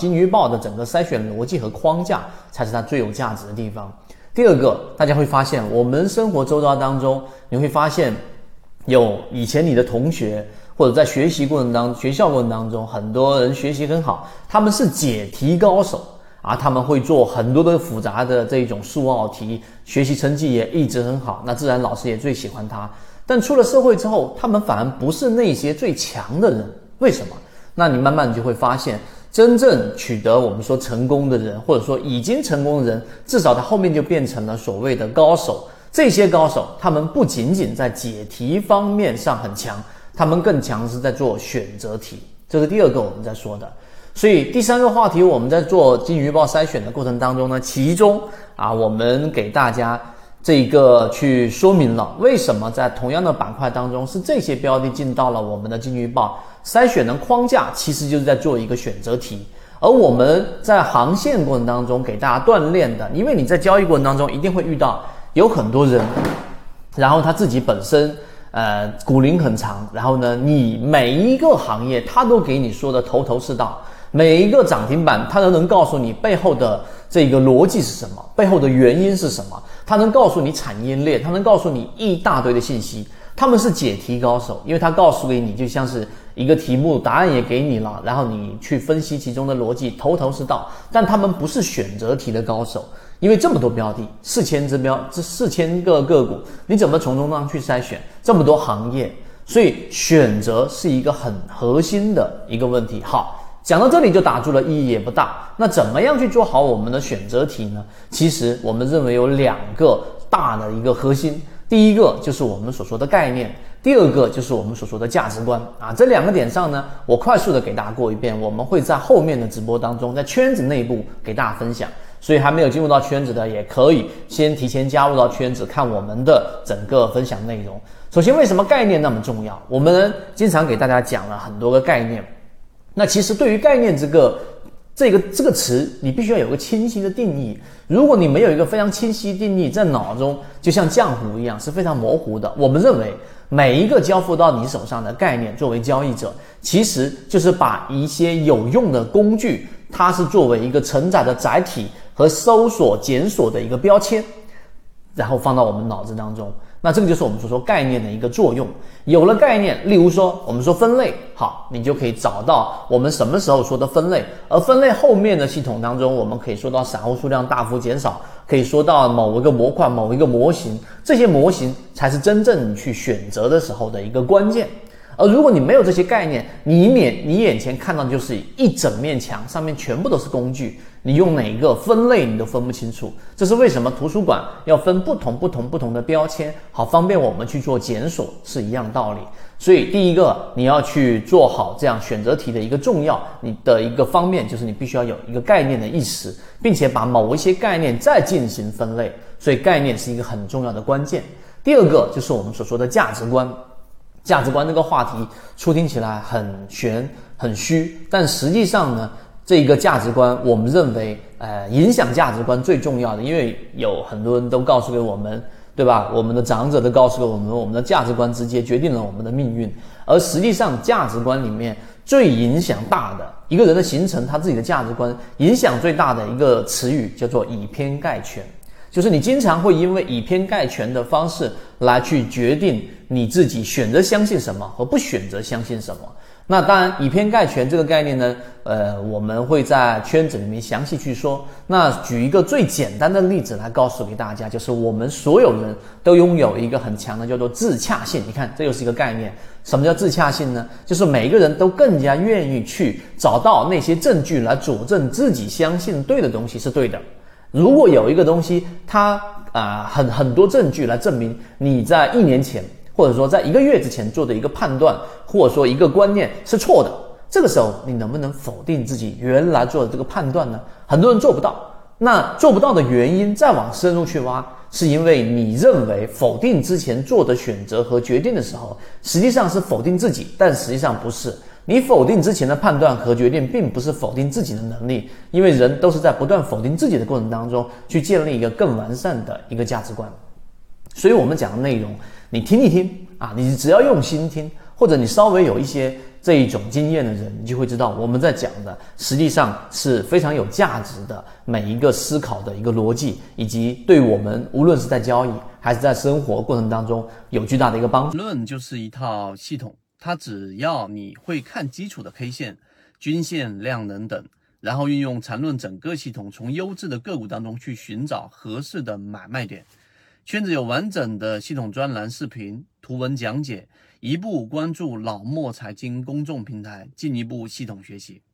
金鱼报的整个筛选逻辑和框架才是它最有价值的地方。第二个，大家会发现我们生活周遭当中，你会发现有以前你的同学或者在学习过程当中，学校过程当中，很多人学习很好，他们是解题高手啊，他们会做很多的复杂的这种数奥题，学习成绩也一直很好，那自然老师也最喜欢他。但出了社会之后，他们反而不是那些最强的人，为什么？那你慢慢就会发现，真正取得我们说成功的人，或者说已经成功的人，至少他后面就变成了所谓的高手。这些高手，他们不仅仅在解题方面上很强，他们更强是在做选择题，这是第二个我们在说的。所以第三个话题，我们在做金鱼报筛选的过程当中呢，其中我们给大家这个去说明了为什么在同样的板块当中是这些标的进到了我们的金鱼报筛选的框架，其实就是在做一个选择题。而我们在航线过程当中给大家锻炼的，因为你在交易过程当中一定会遇到有很多人，然后他自己本身股龄很长，然后呢你每一个行业他都给你说的头头是道，每一个涨停板他都能告诉你背后的这个逻辑是什么，背后的原因是什么，他能告诉你产业链，他能告诉你一大堆的信息。他们是解题高手，因为他告诉给你就像是一个题目，答案也给你了，然后你去分析其中的逻辑，头头是道。但他们不是选择题的高手，因为这么多标的，4000只标，这4000个个股，你怎么从中去筛选这么多行业？所以选择是一个很核心的一个问题。好，讲到这里就打住了，意义也不大。那怎么样去做好我们的选择题呢？其实我们认为有2个大的一个核心。第一个就是我们所说的概念，第二个就是我们所说的价值观这2个点上呢，我快速的给大家过一遍，我们会在后面的直播当中在圈子内部给大家分享，所以还没有进入到圈子的也可以先提前加入到圈子看我们的整个分享内容。首先，为什么概念那么重要？我们经常给大家讲了很多个概念，那其实对于概念这个词，你必须要有个清晰的定义。如果你没有一个非常清晰定义，在脑中就像浆糊一样，是非常模糊的。我们认为每一个交付到你手上的概念，作为交易者，其实就是把一些有用的工具，它是作为一个承载的载体和搜索检索的一个标签，然后放到我们脑子当中。那这个就是我们所说概念的一个作用。有了概念，例如说我们说分类，好，你就可以找到我们什么时候说的分类，而分类后面的系统当中，我们可以说到散户数量大幅减少，可以说到某一个模块、某一个模型，这些模型才是真正你去选择的时候的一个关键。而如果你没有这些概念，你眼前看到的就是一整面墙，上面全部都是工具，你用哪个分类你都分不清楚。这是为什么图书馆要分不同的标签，好方便我们去做检索，是一样道理。所以第一个，你要去做好这样选择题的一个重要你的一个方面，就是你必须要有一个概念的意识，并且把某一些概念再进行分类，所以概念是一个很重要的关键。第二个就是我们所说的价值观。价值观这个话题初听起来很玄很虚，但实际上呢，这个价值观我们认为影响价值观最重要的，因为有很多人都告诉给我们，对吧？我们的长者都告诉给我们，我们的价值观直接决定了我们的命运。而实际上价值观里面最影响大的一个人的形成，他自己的价值观影响最大的一个词语叫做以偏概全。就是你经常会因为以偏概全的方式来去决定你自己选择相信什么和不选择相信什么。那当然以偏概全这个概念呢，我们会在圈子里面详细去说。那举一个最简单的例子来告诉给大家，就是我们所有人都拥有一个很强的叫做自洽性。你看，这又是一个概念。什么叫自洽性呢？就是每个人都更加愿意去找到那些证据来佐证自己相信对的东西是对的。如果有一个东西它很多证据来证明你在1年前或者说在1个月之前做的一个判断或者说一个观念是错的，这个时候你能不能否定自己原来做的这个判断呢？很多人做不到。那做不到的原因再往深入去挖，是因为你认为否定之前做的选择和决定的时候，实际上是否定自己，但实际上不是。你否定之前的判断和决定并不是否定自己的能力，因为人都是在不断否定自己的过程当中去建立一个更完善的一个价值观。所以我们讲的内容你听一听你只要用心听，或者你稍微有一些这一种经验的人，你就会知道我们在讲的实际上是非常有价值的每一个思考的一个逻辑，以及对我们无论是在交易还是在生活过程当中有巨大的一个帮助。 论就是一套系统，它只要你会看基础的 K 线、均线、量能等，然后运用缠论整个系统，从优质的个股当中去寻找合适的买卖点。圈子有完整的系统专栏、视频、图文讲解，一步关注老莫财经公众平台，进一步系统学习。